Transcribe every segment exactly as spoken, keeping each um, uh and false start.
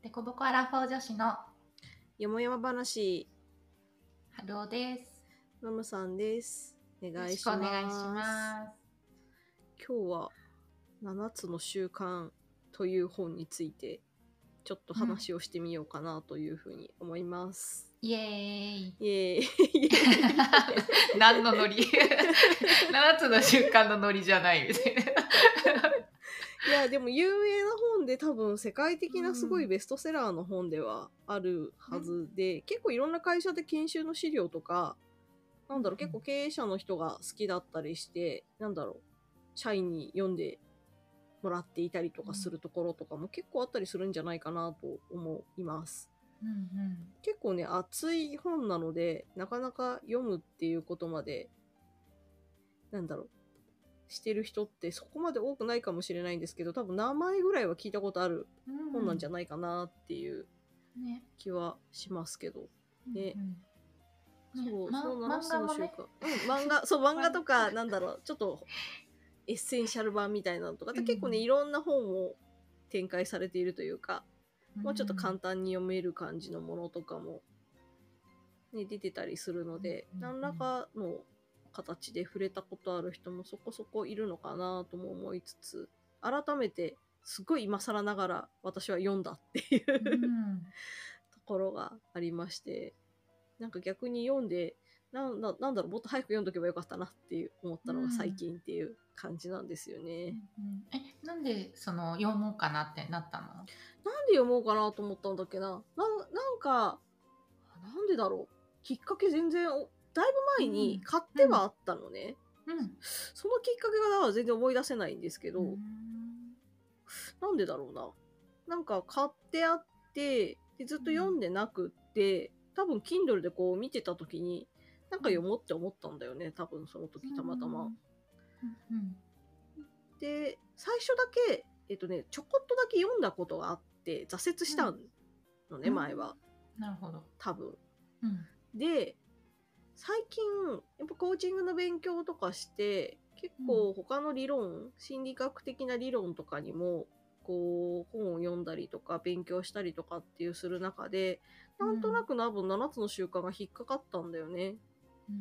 デコボコアラフォー女子のよもやま話、 春尾です。 ノムさんです。お願いしよろしくおます。 願いします。 今日はななつの習慣という本についてちょっと話をしてみようかなというふうに思います。 イエーイ。 イエーイ。 何のノリななつの習慣のノリじゃないみたいな。 いやでも有名な本で多分世界的なすごいベストセラーの本ではあるはずで、うん、結構いろんな会社で研修の資料とかなんだろう、結構経営者の人が好きだったりしてなんだろう社員に読んでもらっていたりとかするところとかも結構あったりするんじゃないかなと思います、 うんうん、 結構ね熱い本なのでなかなか読むっていうことまでなんだろうしてる人ってそこまで多くないかもしれないんですけど、多分名前ぐらいは聞いたことある本なんじゃないかなっていう気はしますけど、うん、ね、うんうん、そう、ま、そのななつの習慣、ね、うん、漫画、そう漫画とかなんだろうちょっとエッセンシャル版みたいなのとか、うん、結構ねいろんな本を展開されているというか、うん、もうちょっと簡単に読める感じのものとかも、ね、出てたりするので、うん、何らかの形で触れたことある人もそこそこいるのかなとも思いつつ、改めてすごい今更ながら私は読んだっていう、うん、ところがありまして、なんか逆に読んでなんだ、なんだろうもっと早く読んどけばよかったなっていう思ったのが最近っていう感じなんですよね、 うんうん、え、なんでその読もうかなってなったの？なんで読もうかなと思ったんだっけな。な、なんかなんでだろう、きっかけ全然だいぶ前に買ってはあったのね、うんうん、そのきっかけがだから全然思い出せないんですけど、うん、なんでだろうな、なんか買ってあってでずっと読んでなくって、多分 Kindle でこう見てた時になんか読もうって思ったんだよね、多分その時たまたま、うんうん、で最初だけえっとねちょこっとだけ読んだことがあって挫折したのね、うん、前は。 なるほど。 多分、 うん、 で最近やっぱコーチングの勉強とかして結構他の理論、うん、心理学的な理論とかにもこう本を読んだりとか勉強したりとかっていうする中で、なんとなく多分ななつの習慣が引っかかったんだよね、うん、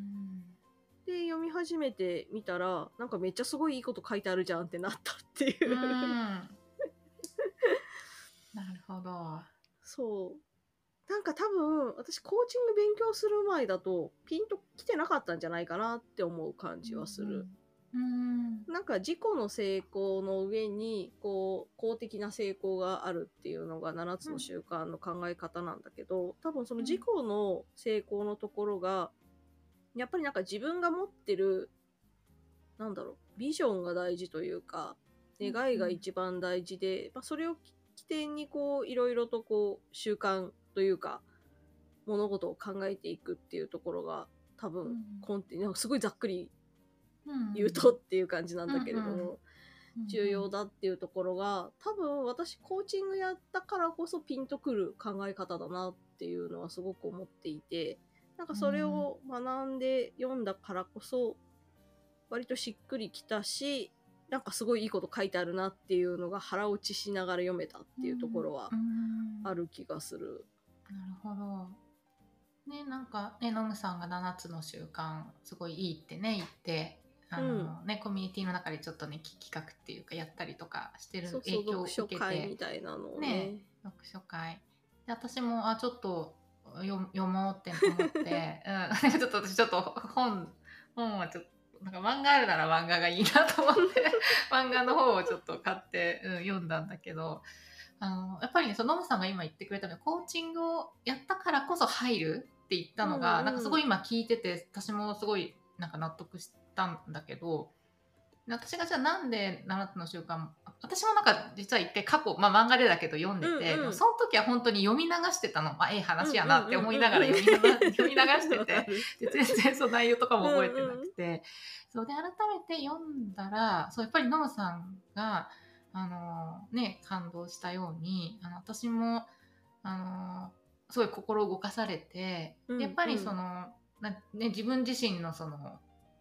で読み始めてみたらなんかめっちゃすごいいいこと書いてあるじゃんってなったっていう、うん、 なるほど。 そうなんか多分私コーチング勉強する前だとピンときてなかったんじゃないかなって思う感じはする、うんうん、なんか自己の成功の上にこう公的な成功があるっていうのがななつの習慣の考え方なんだけど、多分その自己の成功のところがやっぱりなんか自分が持ってるなんだろうビジョンが大事というか願いが一番大事で、うんうん、まあ、それを起点にこういろいろとこう習慣というか物事を考えていくっていうところが多分根底、うん、すごいざっくり言うとっていう感じなんだけれども、うんうん、重要だっていうところが多分私コーチングやったからこそピンとくる考え方だなっていうのはすごく思っていて、なんかそれを学んで読んだからこそ割としっくりきたし、なんかすごいいいこと書いてあるなっていうのが腹落ちしながら読めたっていうところはある気がする、 うんうん、なるほどね。なんかねノムさんがななつの習慣すごいいいってね言ってあの、うんね、コミュニティの中でちょっとね企画っていうかやったりとかしてる影響を受けて、 そうそう読書会みたいなのを ね, ね読書会で私もあちょっと読, 読もうって思って、うん、ちょっと私ちょっと本本はちょっとなんか漫画あるなら漫画がいいなと思って漫画の方をちょっと買って、うん、読んだんだけど、あのやっぱりねそのノムさんが今言ってくれたのコーチングをやったからこそ入るって言ったのが、うんうん、なんかすごい今聞いてて私もすごいなんか納得したんだけど、私がじゃあなんでななつの習慣、私もなんか実は一回過去、まあ、漫画でだけど読んでて、うんうん、でもその時は本当に読み流してたの、まあ、ええ話やなって思いながら読み流読み流しててで全然その内容とかも覚えてなくて、うんうん、そうで改めて読んだらそうやっぱりノムさんがあの、ね、感動したようにあの私もあのすごい心動かされて、うんうん、やっぱりそのな、ね、自分自身のそのなんか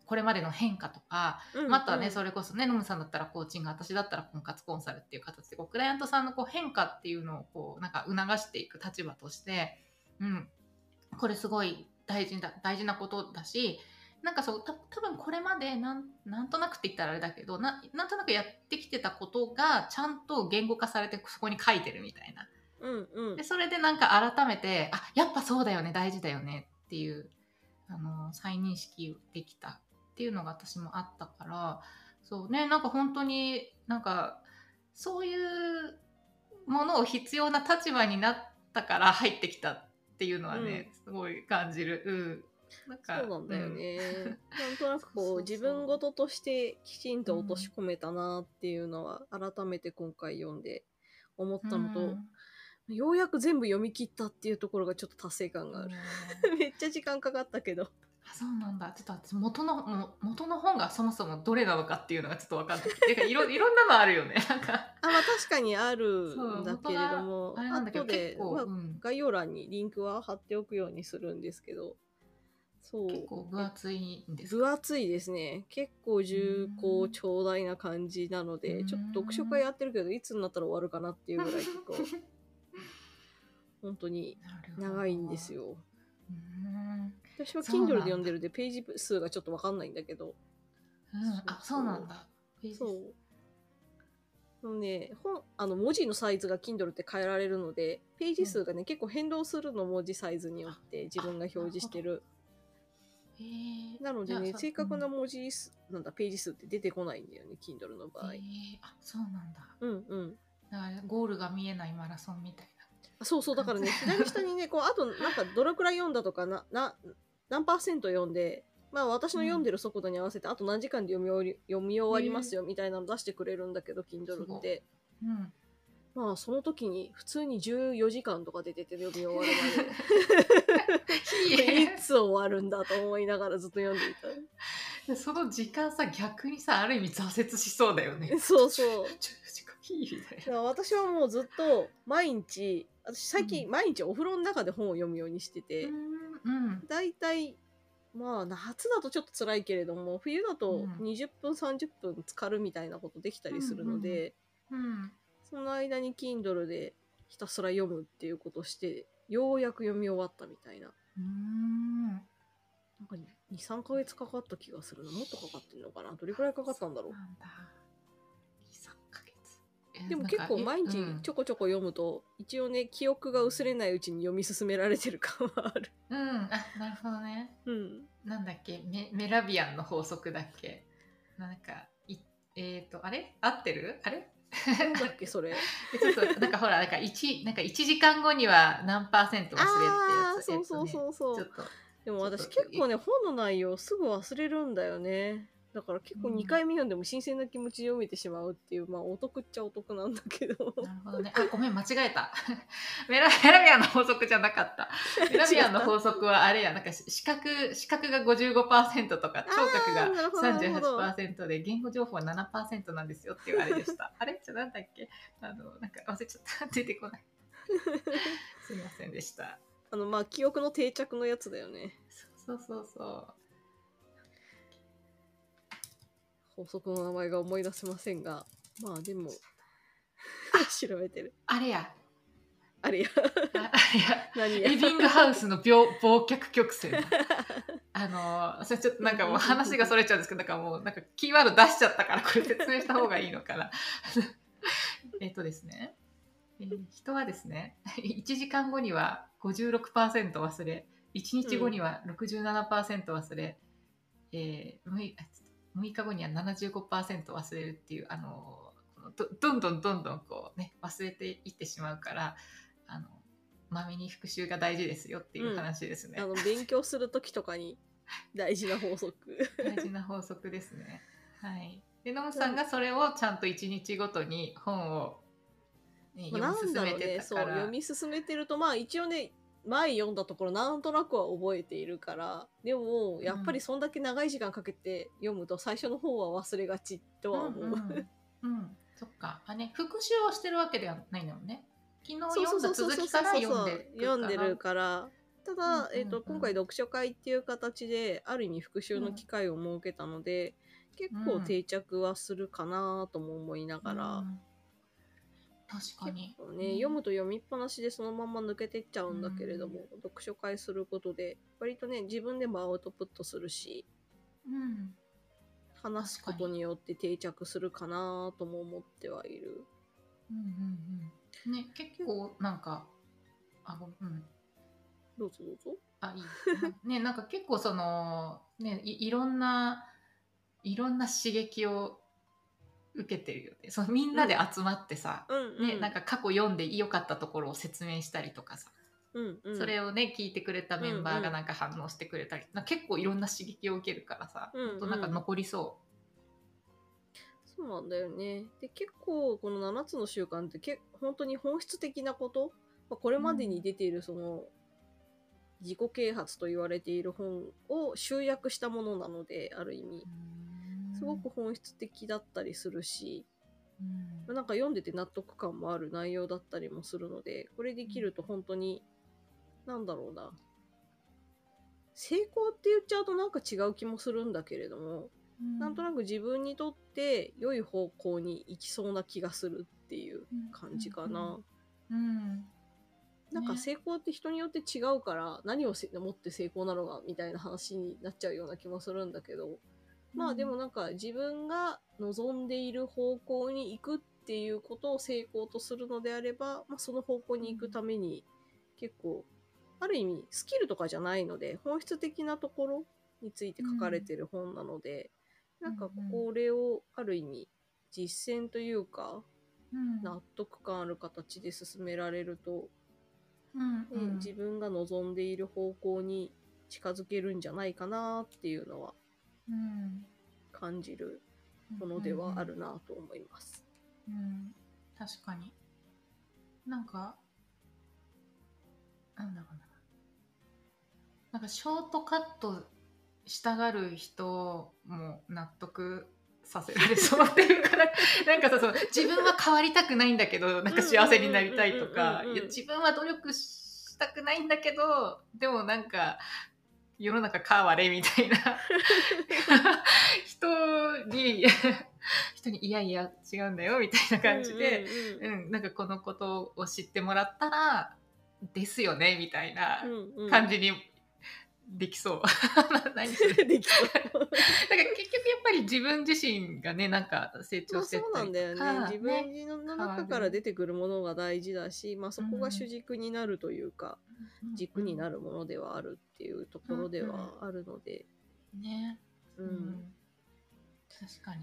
これまでの変化とか、 うん、 またね、 うん、 それこそね、ノムさんだったらコーチング、私だったら婚活コンサルっていう形でこうクライアントさんのこう変化っていうのをこうなんか促していく立場として、うん、これすごい大事だ大事なことだし、なんかそうた多分これまでなんなんとなくって言ったらあれだけど な, なんとなくやってきてたことがちゃんと言語化されてそこに書いてるみたいな。 うんうんでそれでなんか改めてあやっぱそうだよね大事だよねっていうあの再認識できたっていうのが私もあったから、そうね、なんか本当になんかそういうものを必要な立場になったから入ってきたっていうのはね、 うんすごい感じる。うん、なんかそうなんだよね、 うん、 なんとなくこうそうそうそう自分事としてきちんと落としうん込めたなっていうのは改めて今回読んで思っうたのと、 んようやく全部読み切ったっていうところがちょっと達成感がある。 うんめっちゃ時間かかったけど。 あ、そうなんだ。ちょっと私元のも元の本がそもそもどれなのかっていうのがちょっと分かんなくて、てかいろいろんなのあるよね。なんかあ、まあ確かにあるそうんだけれど元がも、 あれなんだけど後で、 結構、 まあ、 うん、 概要欄にリンクは貼っておくようにするんですけど、そう。 結構分厚いんですか？ 分厚いですね。結構重厚長大な感じなので、ちょっと読書会やってるけど、いつになったら終わるかなっていうぐらい結構、本当に長いんですよ。 うん私は Kindle で読んでるんで、ページ数がちょっとわかんないんだけど。 うん、あ、そうなんだ。 そう。あのね、本、あの文字のサイズが Kindle って変えられるので、ページ数がね、うん、結構変動するの、文字サイズによって自分が表示してる。 へー、 なのでね、正確な文字数、うん、なんだ、ページ数って出てこないんだよね、Kindle の場合。 へー、あ、そうなんだ。 うんうん。 だからゴールが見えないマラソンみたいな。 あ、そうそう、だからね、左下にね、こう、あと、なんか、どれくらい読んだとか、な、な、何パーセント読んで、まあ、私の読んでる速度に合わせて、うん、あと何時間で読み終わり、読み終わりますよ、みたいなの出してくれるんだけど、Kindle って。うん。まあ、その時に、普通にじゅうよじかんとか出てて、読み終わるまで。いつ終わるんだと思いながらずっと読んでいた。その時間さ、逆にさ、ある意味挫折しそうだよね。 そうそう。 いいみたいな。だから私はもうずっと毎日、私最近毎日お風呂の中で本を読むようにしてて、うん、だいたいまあ夏だとちょっと辛いけれども、冬だとにじゅっぷんさんじゅっぷん浸かるみたいなことできたりするので、うんうんうん、その間に Kindle でひたすら読むっていうことをしてようやく読み終わったみたいな。うーん、なんかにさんかげつかかった気がするな。もっとかかってんのかな。どれくらいかかったんだろう。 なんだ、にさんかげつ。 でも結構毎日ちょこちょこ読むと、うん、一応ね、記憶が薄れないうちに読み進められてる感はある。 うん、あ、なるほどね。うん。なんだっけ、メ, メラビアンの法則だっけ。なんか、いえっ、ー、と、あれ合ってるあれなんだっけ、それ。 ちょっと、なんかほら、なんか 1, なんかいちじかんごには何パーセント忘れるってやつ。 そうそうそうそう。 えっとね、 でも私結構ね、本の内容すぐ忘れるんだよね。だから結構にかいめ読んでも新鮮な気持ちで読めてしまうっていう、まあお得っちゃお得なんだけど。 なるほどね。あ、ごめん、間違えた。メラメラビアンの法則じゃなかった。メラビアンの法則はあれや、なんか視覚、視覚が ごじゅうごパーセント とか、聴覚が さんじゅうはちパーセント で、言語情報は ななパーセント なんですよっていうあれでした。あれじゃなんだっけ、あの、なんか忘れちゃった。出てこない。すいませんでした。 あの、まあ記憶の定着のやつだよね。 そうそうそうそう。 法則の名前が思い出せませんが、まあでも調べてる。 あれやあれやあれや何やエビングハウスの忘却曲線あのそれちょっとなんかもう話がそれちゃうんですけど、なんかもうなんかキーワード出しちゃったからこれ説明した方がいいのかなえっとですね、えー、人はですねいちじかんごには ごじゅうろくパーセント 忘れ、いちにちごには ろくじゅうななパーセント 忘れ、うん、えー、むいかごには ななじゅうごパーセント 忘れるっていう、あのど, どんどんどんどんこうね忘れていってしまうから、あのまめに復習が大事ですよっていう話ですね、 うん、あの勉強する時とかに大事な法則大事な法則ですね。はい。でノムさんがそれをちゃんといちにちごとに本を、ね、読み進めてたから、まあ、なんだろうね、 そう読み進めてると、まあ一応ね前読んだところなんとなくは覚えているから、でもやっぱりそんだけ長い時間かけて読むと最初の方は忘れがちとは思う。うん、うんうん、そっか。あね、復習をしてるわけではないのね。昨日読んだ続きから読んでるから。 読んでるから、 ただ、えーと、今回読書会っていう形である意味復習の機会を設けたので、うん、結構定着はするかなとも思いながら、うん、 確かに、 結構ね、読むと読みっぱなしでそのまま抜けてっちゃうんだけれども、うん、読書会することで割とね自分でもアウトプットするし、うん、話すことによって定着するかなとも思ってはいる。 うんうんうん、ね、結構なんかあ、うん、 どうぞどうぞ。 あ、いいね、なんか結構そのね い, いろんないろんな刺激を受けてるよね。そのみんなで集まってさ、うんね、なんか過去読んで良かったところを説明したりとかさ、うんうん、それをね聞いてくれたメンバーがなんか反応してくれたり、うんうん、結構いろんな刺激を受けるからさ、うんうん、ほんとなんか残りそう。 そうなんだよね。で結構このななつの習慣ってけ本当に本質的なこと、まあ、これまでに出ているその、自己啓発と言われている本を集約したものなので、ある意味すごく本質的だったりするし、うん、なんか読んでて納得感もある内容だったりもするので、これできると本当に、うん、なんだろうな、成功って言っちゃうとなんか違う気もするんだけれども、うん、なんとなく自分にとって良い方向に行きそうな気がするっていう感じかな。うんうんうん、なんか成功って人によって違うから、何をもって成功なのかみたいな話になっちゃうような気もするんだけど、まあでもなんか自分が望んでいる方向に行くっていうことを成功とするのであれば、まあ、その方向に行くために結構ある意味スキルとかじゃないので本質的なところについて書かれてる本なので、うん、なんかこれをある意味実践というか、うん、納得感ある形で進められると、うんうん、自分が望んでいる方向に近づけるんじゃないかなっていうのは感じるものではあるなと思います。 うんうんうん、確かに。なんかなんだろうな。なんかショートカットしたがる人も納得させられそうっていうかなんかさ、そう自分は変わりたくないんだけどなんか幸せになりたいとか、自分は努力したくないんだけどでもなんか世の中変われみたいな人に人にいやいや違うんだよみたいな感じで、うん、うんうん、なんかこのことを知ってもらったらですよねみたいな感じにできそう。何それできそう。だから結局やっぱり自分自身がねなんか成長してったりとか、まあ、そうなんだよね。自分の中から出てくるものが大事だし、まあ、そこが主軸になるというか、うん、軸になるものではあるっていうところではあるので、 うんうん、ね、うん、うん、確かに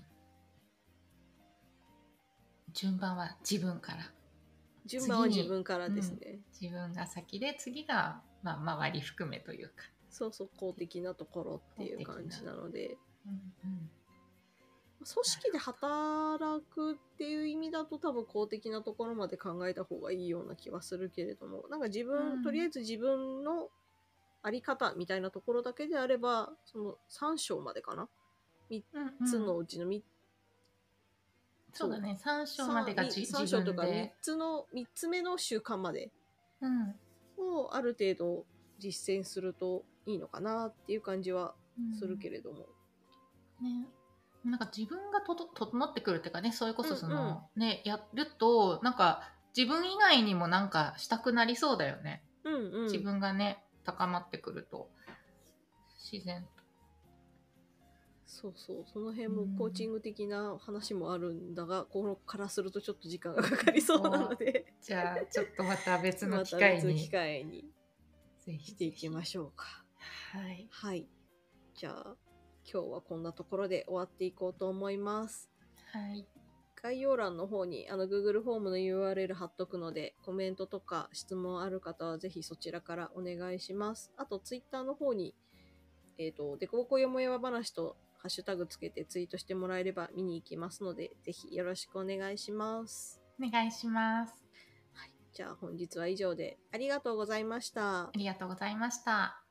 順番は自分から順番は自分からですね、うん、 自分が先で次が、まあ、周り含めというか、 そうそう公的なところっていう感じなので、うんうん、組織で働くっていう意味だと多分公的なところまで考えた方がいいような気はするけれども、なんか自分、うん、とりあえず自分のあり方みたいなところだけであればそのさん章までかな、みっつのうちのみっつ、 そうだね、さん章までが自さん章とかみっつのみっつめの習慣までをある程度実践するといいのかなっていう感じはするけれども、 うんね、なんか自分がとと整ってくるっていうかね、それこそその、うんうん、ねやるとなんか自分以外にもなんかしたくなりそうだよね、うんうん、自分がね高まってくると自然と。 そうそう、その辺もコーチング的な話もあるんだが、ここからするとちょっと時間がかかりそうなのでじゃあちょっとまた別の機会にまた別の機会にしていきましょうか。 はい、 はい、じゃあ今日はこんなところで終わっていこうと思います。 はい、 概要欄の方にあの Google フォームの ユーアールエル 貼っとくので、コメントとか質問ある方はぜひそちらからお願いします。あと Twitter の方にえっと、でこぼこよもやま話とハッシュタグつけてツイートしてもらえれば見に行きますので、ぜひよろしくお願いします。 お願いします。 はい、じゃあ本日は以上でありがとうございました。 ありがとうございました。